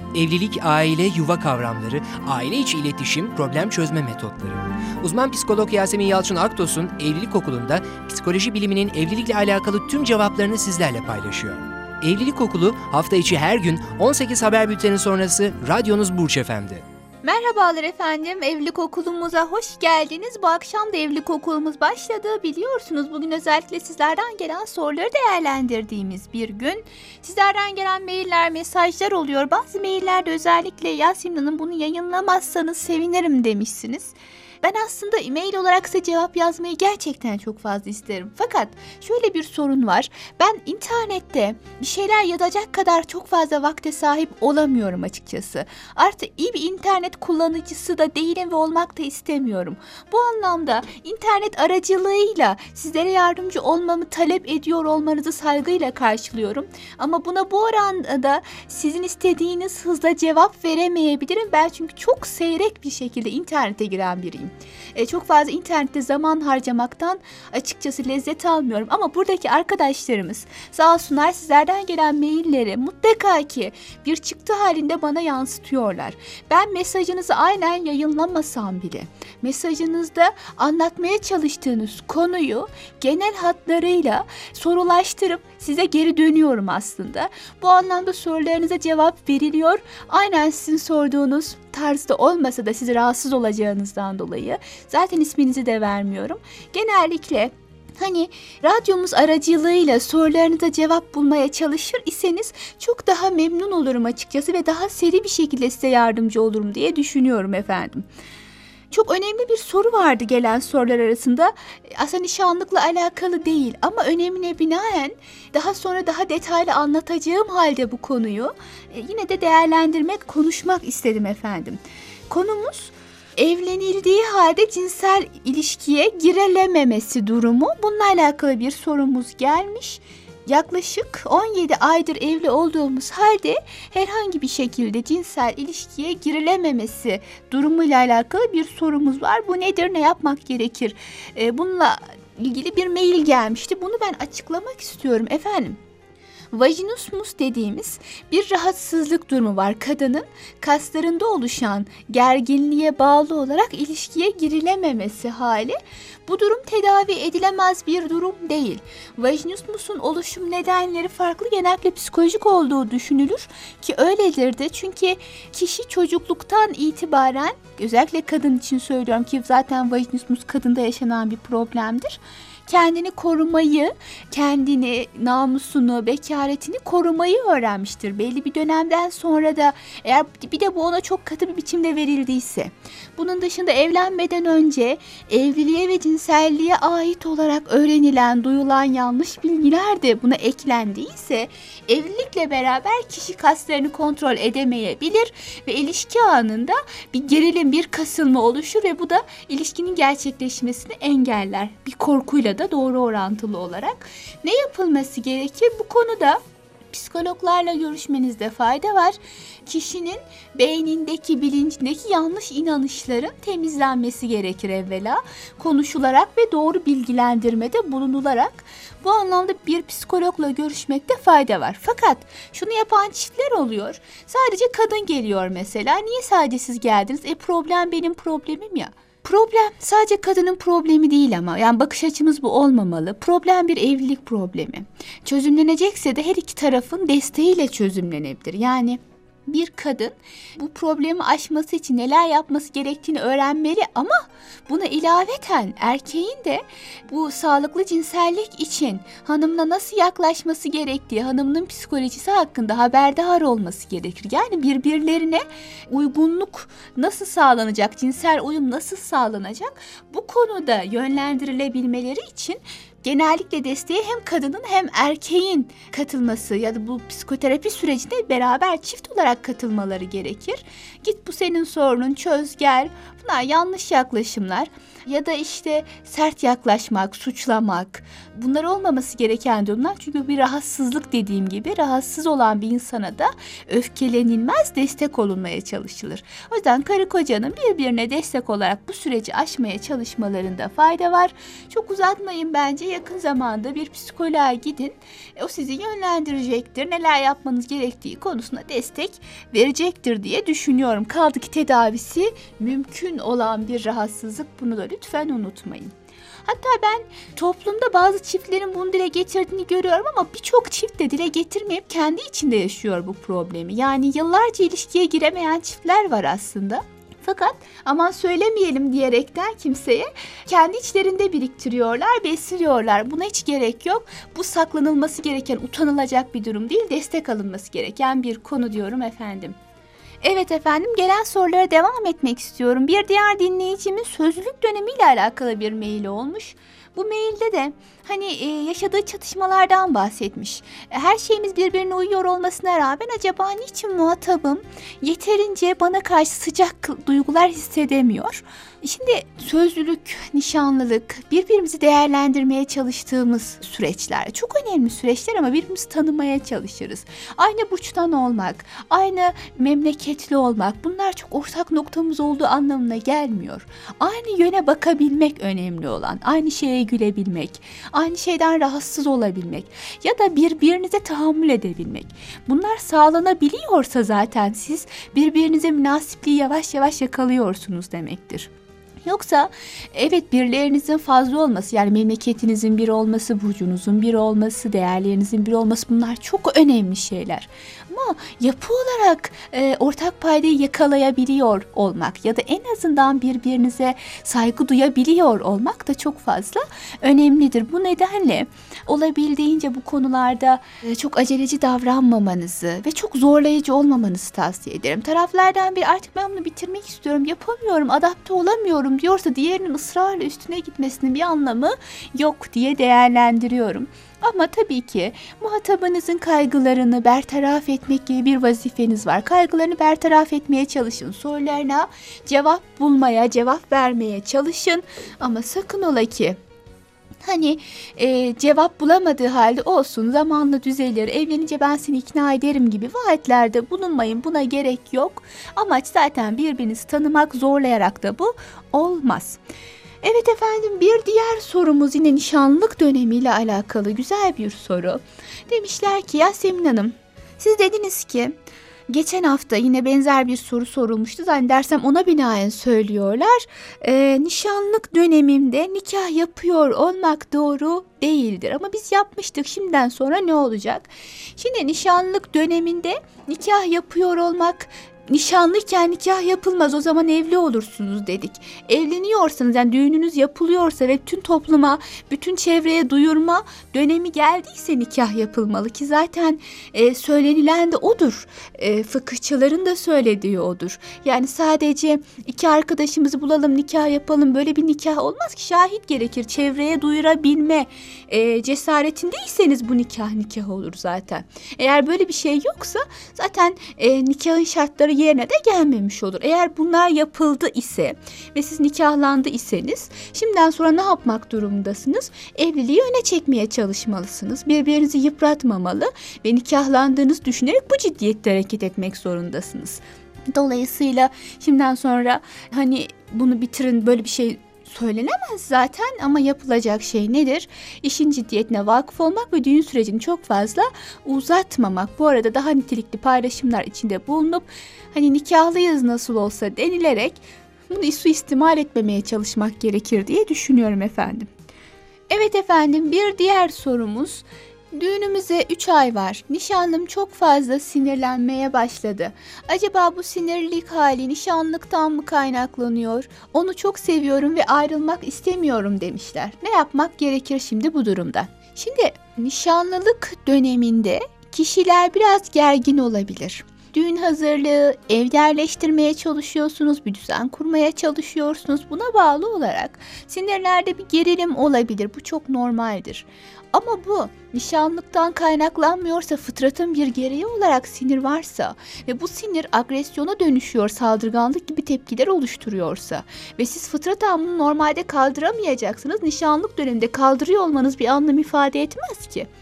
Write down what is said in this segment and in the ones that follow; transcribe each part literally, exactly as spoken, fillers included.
Evlilik, aile, yuva kavramları, aile içi iletişim, problem çözme metotları. Uzman psikolog Yasemin Yalçın Aktos'un Evlilik Okulu'nda psikoloji biliminin evlilikle alakalı tüm cevaplarını sizlerle paylaşıyor. Evlilik Okulu hafta içi her gün on sekiz haber bülteni sonrası radyonuz Burç Efendi. Merhabalar efendim, Evlilik Okulumuza hoş geldiniz. Bu akşam da Evlilik Okulumuz başladı. Biliyorsunuz bugün özellikle sizlerden gelen soruları değerlendirdiğimiz bir gün. Sizlerden gelen mailler, mesajlar oluyor. Bazı maillerde özellikle Yasemin Hanım bunu yayınlamazsanız sevinirim demişsiniz. Ben aslında e-mail olarak size cevap yazmayı gerçekten çok fazla isterim. Fakat şöyle bir sorun var. Ben internette bir şeyler yazacak kadar çok fazla vakte sahip olamıyorum açıkçası. Artık iyi bir internet kullanıcısı da değilim ve olmak da istemiyorum. Bu anlamda internet aracılığıyla sizlere yardımcı olmamı talep ediyor olmanızı saygıyla karşılıyorum. Ama buna bu oranda sizin istediğiniz hızla cevap veremeyebilirim. Ben çünkü çok seyrek bir şekilde internete giren biriyim. E, çok fazla internette zaman harcamaktan açıkçası lezzet almıyorum. Ama buradaki arkadaşlarımız sağ olsunlar sizlerden gelen mailleri mutlaka ki bir çıktı halinde bana yansıtıyorlar. Ben mesajınızı aynen yayınlamasam bile mesajınızda anlatmaya çalıştığınız konuyu genel hatlarıyla sorulaştırıp size geri dönüyorum aslında. Bu anlamda sorularınıza cevap veriliyor. Aynen sizin sorduğunuz tarzda olmasa da sizi rahatsız olacağınızdan dolayı zaten isminizi de vermiyorum. Genellikle hani radyomuz aracılığıyla sorularınıza cevap bulmaya çalışır iseniz çok daha memnun olurum açıkçası ve daha seri bir şekilde size yardımcı olurum diye düşünüyorum efendim. Çok önemli bir soru vardı gelen sorular arasında. Aslında nişanlıkla alakalı değil ama önemine binaen daha sonra daha detaylı anlatacağım halde bu konuyu yine de değerlendirmek, konuşmak istedim efendim. Konumuz evlenildiği halde cinsel ilişkiye girilememesi durumu. Bununla alakalı bir sorumuz gelmiş. Yaklaşık on yedi aydır evli olduğumuz halde herhangi bir şekilde cinsel ilişkiye girilememesi durumuyla alakalı bir sorumuz var. Bu nedir, ne yapmak gerekir? Ee, bununla ilgili bir mail gelmişti. Bunu ben açıklamak istiyorum efendim. Vajinismus dediğimiz bir rahatsızlık durumu var. Kadının kaslarında oluşan gerginliğe bağlı olarak ilişkiye girilememesi hali. Bu durum tedavi edilemez bir durum değil. Vajinismusun oluşum nedenleri farklı, genellikle psikolojik olduğu düşünülür ki öyledir de. Çünkü kişi çocukluktan itibaren, özellikle kadın için söylüyorum ki zaten vajinismus kadında yaşanan bir problemdir. Kendini korumayı, kendini, namusunu, bekaretini korumayı öğrenmiştir. Belli bir dönemden sonra da eğer bir de bu ona çok katı bir biçimde verildiyse, bunun dışında evlenmeden önce evliliğe ve cinselliğe ait olarak öğrenilen, duyulan yanlış bilgiler de buna eklendiyse, evlilikle beraber kişi kaslarını kontrol edemeyebilir ve ilişki anında bir gerilim, bir kasılma oluşur ve bu da ilişkinin gerçekleşmesini engeller. Bir korkuyla da doğru orantılı olarak. Ne yapılması gerekir? Bu konuda psikologlarla görüşmenizde fayda var. Kişinin beynindeki, bilincindeki yanlış inanışların temizlenmesi gerekir evvela. Konuşularak ve doğru bilgilendirmede bulunularak bu anlamda bir psikologla görüşmekte fayda var. Fakat şunu yapan çiftler oluyor. Sadece kadın geliyor mesela. Niye sadece siz geldiniz? E problem benim problemim ya. Problem sadece kadının problemi değil ama, yani bakış açımız bu olmamalı. Problem bir evlilik problemi. Çözümlenecekse de her iki tarafın desteğiyle çözümlenebilir. Yani bir kadın bu problemi aşması için neler yapması gerektiğini öğrenmeli ama buna ilaveten erkeğin de bu sağlıklı cinsellik için hanımına nasıl yaklaşması gerektiği, hanımının psikolojisi hakkında haberdar olması gerekir. Yani birbirlerine uygunluk nasıl sağlanacak, cinsel uyum nasıl sağlanacak, bu konuda yönlendirilebilmeleri için genellikle desteğe hem kadının hem erkeğin katılması ya da bu psikoterapi sürecine beraber çift olarak katılmaları gerekir. Git bu senin sorunun, çöz gel. Bunlar yanlış yaklaşımlar ya da işte sert yaklaşmak, suçlamak, bunlar olmaması gereken durumlar. Çünkü bir rahatsızlık, dediğim gibi rahatsız olan bir insana da öfkelenilmez, destek olunmaya çalışılır. O yüzden karı kocanın birbirine destek olarak bu süreci aşmaya çalışmalarında fayda var. Çok uzatmayın bence. yakın zamanda bir psikoloğa gidin. O sizi yönlendirecektir. Neler yapmanız gerektiği konusunda destek verecektir diye düşünüyorum. Kaldı ki tedavisi mümkün olan bir rahatsızlık. Bunu da lütfen unutmayın. Hatta ben toplumda bazı çiftlerin bunu dile getirdiğini görüyorum ama birçok çift de dile getirmeyip kendi içinde yaşıyor bu problemi. Yani yıllarca ilişkiye giremeyen çiftler var aslında. Fakat aman söylemeyelim diyerekten kimseye kendi içlerinde biriktiriyorlar, besliyorlar. Buna hiç gerek yok. Bu saklanılması gereken, utanılacak bir durum değil, destek alınması gereken bir konu diyorum efendim. Evet efendim, gelen sorulara devam etmek istiyorum. Bir diğer dinleyicimin sözlülük dönemiyle alakalı bir mail olmuş. Bu mailde de hani e, yaşadığı çatışmalardan bahsetmiş. Her şeyimiz birbirine uyuyor olmasına rağmen acaba niçin muhatabım yeterince bana karşı sıcak duygular hissedemiyor? Şimdi sözlülük, nişanlılık, birbirimizi değerlendirmeye çalıştığımız süreçler. Çok önemli süreçler ama birbirimizi tanımaya çalışırız. Aynı burçtan olmak, aynı memleketli olmak, bunlar çok ortak noktamız olduğu anlamına gelmiyor. Aynı yöne bakabilmek önemli olan, aynı şeye gülebilmek, aynı şeyden rahatsız olabilmek ya da birbirinize tahammül edebilmek. Bunlar sağlanabiliyorsa zaten siz birbirinize münasipliği yavaş yavaş yakalıyorsunuz demektir. Yoksa evet birilerinizin fazla olması, yani memleketinizin bir olması, burcunuzun bir olması, değerlerinizin bir olması, bunlar çok önemli şeyler. Ama yapı olarak e, ortak paydayı yakalayabiliyor olmak ya da en azından birbirinize saygı duyabiliyor olmak da çok fazla önemlidir. Bu nedenle olabildiğince bu konularda e, çok aceleci davranmamanızı ve çok zorlayıcı olmamanızı tavsiye ederim. Taraflardan bir artık ben bunu bitirmek istiyorum, yapamıyorum, adapte olamıyorum diyorsa diğerinin ısrarla üstüne gitmesinin bir anlamı yok diye değerlendiriyorum. Ama tabii ki muhatabınızın kaygılarını bertaraf etmek gibi bir vazifeniz var. Kaygılarını bertaraf etmeye çalışın. Sorularına cevap bulmaya, cevap vermeye çalışın. Ama sakın ola ki hani e, cevap bulamadığı halde olsun, zamanla düzelir, evlenince ben seni ikna ederim gibi vaatlerde bulunmayın. Buna gerek yok. Amaç zaten birbirinizi tanımak, zorlayarak da bu olmaz. Evet efendim, bir diğer sorumuz yine nişanlılık dönemiyle alakalı güzel bir soru. Demişler ki Yasemin Hanım, siz dediniz ki geçen hafta yine benzer bir soru sorulmuştu. Zannedersem ona binaen söylüyorlar. E, nişanlılık döneminde nikah yapıyor olmak doğru değildir. Ama biz yapmıştık, şimdiden sonra ne olacak? Şimdi nişanlılık döneminde nikah yapıyor olmak, nişanlıyken nikah yapılmaz, o zaman evli olursunuz dedik. Evleniyorsanız, yani düğününüz yapılıyorsa ve tüm topluma, bütün çevreye duyurma dönemi geldiyse nikah yapılmalı ki zaten e, söylenilen de odur. E, fıkıhçıların da söylediği odur. Yani sadece iki arkadaşımızı bulalım nikah yapalım, böyle bir nikah olmaz ki, şahit gerekir. Çevreye duyurabilme e, cesaretindeyseniz bu nikah nikah olur zaten. Eğer böyle bir şey yoksa zaten e, nikahın şartları yerine de gelmemiş olur. Eğer bunlar yapıldı ise ve siz nikahlandı iseniz şimdiden sonra ne yapmak durumundasınız? Evliliği öne çekmeye çalışmalısınız. Birbirinizi yıpratmamalı ve nikahlandığınızı düşünerek bu ciddiyette hareket etmek zorundasınız. Dolayısıyla şimdiden sonra hani bunu bitirin, böyle bir şey söylenemez zaten, ama yapılacak şey nedir? İşin ciddiyetine vakıf olmak ve düğün sürecini çok fazla uzatmamak. Bu arada daha nitelikli paylaşımlar içinde bulunup hani nikahlıyız nasıl olsa denilerek bunu suistimal etmemeye çalışmak gerekir diye düşünüyorum efendim. Evet efendim, bir diğer sorumuz: düğünümüze üç ay var. Nişanlım çok fazla sinirlenmeye başladı. Acaba bu sinirlilik hali nişanlıktan mı kaynaklanıyor? Onu çok seviyorum ve ayrılmak istemiyorum demişler. Ne yapmak gerekir şimdi bu durumda? Şimdi nişanlılık döneminde kişiler biraz gergin olabilir. Düğün hazırlığı, ev yerleştirmeye çalışıyorsunuz, bir düzen kurmaya çalışıyorsunuz. Buna bağlı olarak sinirlerde bir gerilim olabilir. Bu çok normaldir. Ama bu nişanlıktan kaynaklanmıyorsa, fıtratın bir gereği olarak sinir varsa ve bu sinir agresyona dönüşüyor, saldırganlık gibi tepkiler oluşturuyorsa ve siz fıtraten bunu normalde kaldıramayacaksınız, nişanlık döneminde kaldırıyor olmanız bir anlam ifade etmez ki.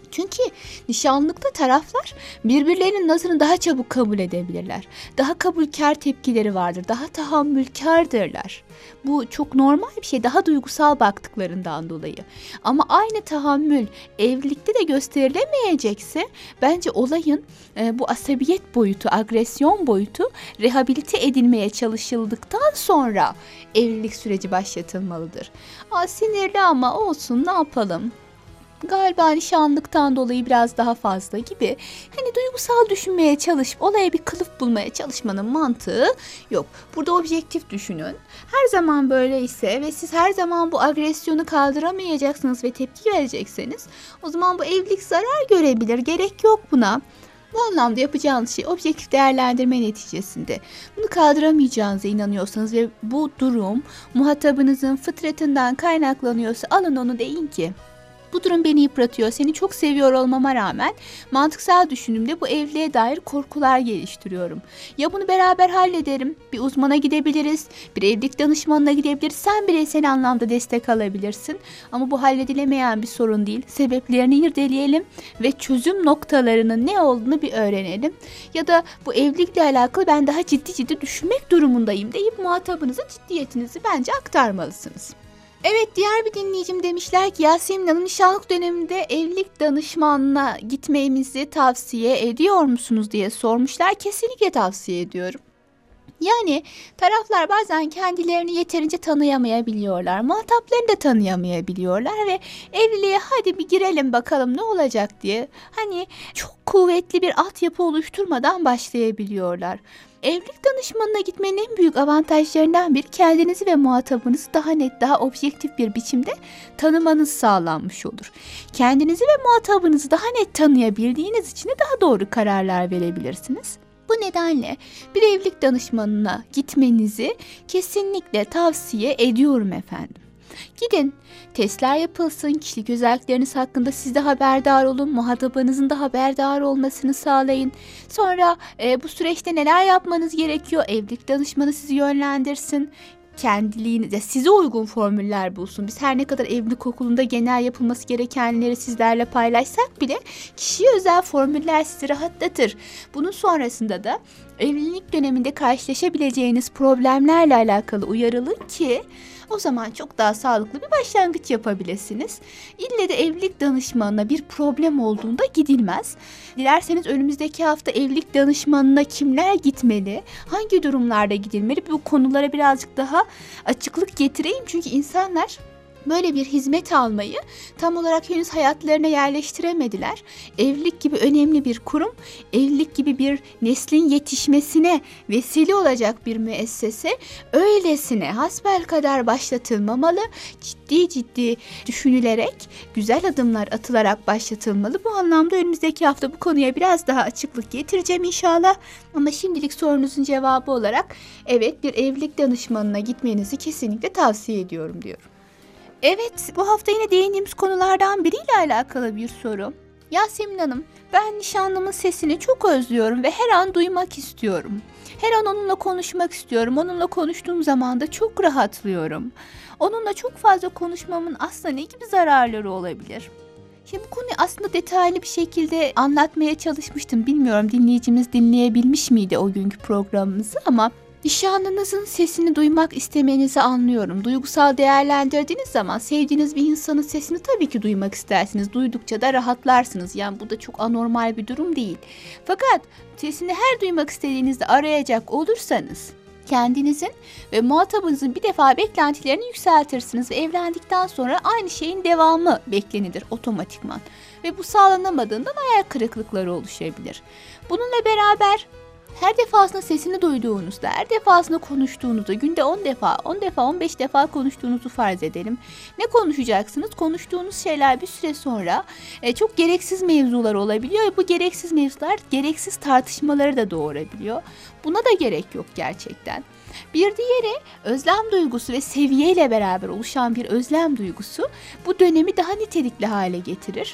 Çünkü nişanlılıkta taraflar birbirlerinin nazını daha çabuk kabul edebilirler. Daha kabulkar tepkileri vardır, daha tahammülkardırlar. Bu çok normal bir şey, daha duygusal baktıklarından dolayı. Ama aynı tahammül evlilikte de gösterilemeyecekse bence olayın e, bu asabiyet boyutu, agresyon boyutu rehabilite edilmeye çalışıldıktan sonra evlilik süreci başlatılmalıdır. Aa, sinirli ama olsun, ne yapalım? Galiba nişanlıktan dolayı biraz daha fazla gibi. Hani duygusal düşünmeye çalışıp olaya bir kılıf bulmaya çalışmanın mantığı yok. Burada objektif düşünün. Her zaman böyle ise ve siz her zaman bu agresyonu kaldıramayacaksınız ve tepki verecekseniz, o zaman bu evlilik zarar görebilir. Gerek yok buna. Bu anlamda yapacağınız şey objektif değerlendirme neticesinde bunu kaldıramayacağınıza inanıyorsanız ve bu durum muhatabınızın fıtratından kaynaklanıyorsa, alın onu, deyin ki bu durum beni yıpratıyor. Seni çok seviyor olmama rağmen mantıksal düşünümde bu evliliğe dair korkular geliştiriyorum. Ya bunu beraber hallederim. Bir uzmana gidebiliriz. Bir evlilik danışmanına gidebiliriz. Sen bireysel anlamda destek alabilirsin. Ama bu halledilemeyen bir sorun değil. Sebeplerini irdeleyelim ve çözüm noktalarının ne olduğunu bir öğrenelim. Ya da bu evlilikle alakalı ben daha ciddi ciddi düşünmek durumundayım deyip muhatabınıza ciddiyetinizi bence aktarmalısınız. Evet, diğer bir dinleyicim demişler ki Yasemin Hanım, nişanlık döneminde evlilik danışmanına gitmemizi tavsiye ediyor musunuz diye sormuşlar. Kesinlikle tavsiye ediyorum. Yani taraflar bazen kendilerini yeterince tanıyamayabiliyorlar. Muhataplarını da tanıyamayabiliyorlar ve evliliğe hadi bir girelim bakalım ne olacak diye hani çok kuvvetli bir altyapı oluşturmadan başlayabiliyorlar. Evlilik danışmanına gitmenin en büyük avantajlarından biri kendinizi ve muhatabınızı daha net, daha objektif bir biçimde tanımanız sağlanmış olur. Kendinizi ve muhatabınızı daha net tanıyabildiğiniz için de daha doğru kararlar verebilirsiniz. Bu nedenle bir evlilik danışmanına gitmenizi kesinlikle tavsiye ediyorum efendim. Gidin, testler yapılsın, kişilik özellikleriniz hakkında siz de haberdar olun, muhatabınızın da haberdar olmasını sağlayın. Sonra e, bu süreçte neler yapmanız gerekiyor, evlilik danışmanı sizi yönlendirsin. Kendiliğinize size uygun formüller bulsun. Biz her ne kadar evlilik okulunda genel yapılması gerekenleri sizlerle paylaşsak bile kişiye özel formüller sizi rahatlatır. Bunun sonrasında da evlilik döneminde karşılaşabileceğiniz problemlerle alakalı uyarılın ki o zaman çok daha sağlıklı bir başlangıç yapabilirsiniz. İlle de evlilik danışmanına bir problem olduğunda gidilmez. Dilerseniz önümüzdeki hafta evlilik danışmanına kimler gitmeli, hangi durumlarda gidilmeli, bu konulara birazcık daha açıklık getireyim. Çünkü insanlar böyle bir hizmet almayı tam olarak henüz hayatlarına yerleştiremediler. Evlilik gibi önemli bir kurum, evlilik gibi bir neslin yetişmesine vesile olacak bir müessese öylesine hasbelkader başlatılmamalı, ciddi ciddi düşünülerek, güzel adımlar atılarak başlatılmalı. Bu anlamda önümüzdeki hafta bu konuya biraz daha açıklık getireceğim inşallah. Ama şimdilik sorunuzun cevabı olarak evet, bir evlilik danışmanına gitmenizi kesinlikle tavsiye ediyorum diyorum. Evet, bu hafta yine değindiğimiz konulardan biriyle alakalı bir soru. Yasemin Hanım, ben nişanlımın sesini çok özlüyorum ve her an duymak istiyorum. Her an onunla konuşmak istiyorum. Onunla konuştuğum zaman da çok rahatlıyorum. Onunla çok fazla konuşmamın aslında ne gibi zararları olabilir? Şimdi bu konuyu aslında detaylı bir şekilde anlatmaya çalışmıştım. Bilmiyorum dinleyicimiz dinleyebilmiş miydi o günkü programımızı ama nişanlınızın sesini duymak istemenizi anlıyorum. Duygusal değerlendirdiğiniz zaman sevdiğiniz bir insanın sesini tabii ki duymak istersiniz. Duydukça da rahatlarsınız. Yani bu da çok anormal bir durum değil. Fakat sesini her duymak istediğinizde arayacak olursanız kendinizin ve muhatabınızın bir defa beklentilerini yükseltirsiniz ve evlendikten sonra aynı şeyin devamı beklenilir otomatikman. Ve bu sağlanamadığından hayal kırıklıkları oluşabilir. Bununla beraber her defasında sesini duyduğunuzda, her defasında konuştuğunuzda, günde on defa, on defa, on beş defa konuştuğunuzu farz edelim. Ne konuşacaksınız? Konuştuğunuz şeyler bir süre sonra e, çok gereksiz mevzular olabiliyor ve bu gereksiz mevzular gereksiz tartışmaları da doğurabiliyor. Buna da gerek yok gerçekten. Bir diğeri özlem duygusu ve seviyeyle beraber oluşan bir özlem duygusu bu dönemi daha nitelikli hale getirir.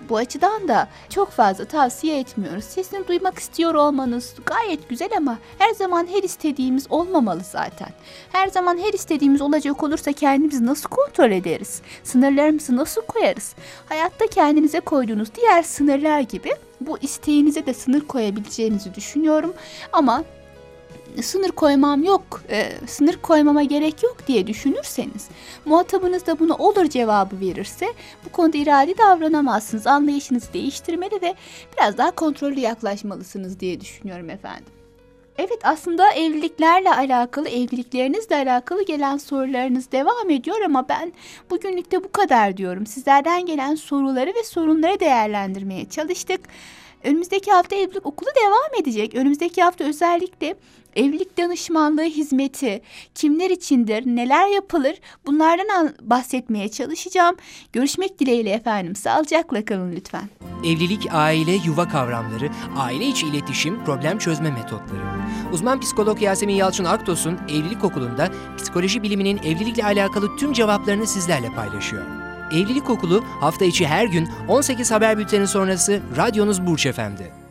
Bu açıdan da çok fazla tavsiye etmiyoruz. Sesini duymak istiyor olmanız gayet güzel ama her zaman her istediğimiz olmamalı zaten. Her zaman her istediğimiz olacak olursa kendimizi nasıl kontrol ederiz? Sınırlarımızı nasıl koyarız? Hayatta kendinize koyduğunuz diğer sınırlar gibi bu isteğinize de sınır koyabileceğinizi düşünüyorum. Ama sınır koymam yok, e, sınır koymama gerek yok diye düşünürseniz, muhatabınız da buna olur cevabı verirse bu konuda iradi davranamazsınız. Anlayışınızı değiştirmeli ve biraz daha kontrollü yaklaşmalısınız diye düşünüyorum efendim. Evet, aslında evliliklerle alakalı, evliliklerinizle alakalı gelen sorularınız devam ediyor ama ben bugünlük de bu kadar diyorum. Sizlerden gelen soruları ve sorunları değerlendirmeye çalıştık. Önümüzdeki hafta evlilik okulu devam edecek. Önümüzdeki hafta özellikle evlilik danışmanlığı hizmeti kimler içindir, neler yapılır, bunlardan bahsetmeye çalışacağım. Görüşmek dileğiyle efendim. Sağlıcakla kalın lütfen. Evlilik, aile, yuva kavramları, aile içi iletişim, problem çözme metotları. Uzman psikolog Yasemin Yalçın Aktos'un Evlilik Okulu'nda psikoloji biliminin evlilikle alakalı tüm cevaplarını sizlerle paylaşıyor. Evlilik Okulu hafta içi her gün on sekiz haber bülteni sonrası radyonuz Burç F M'de.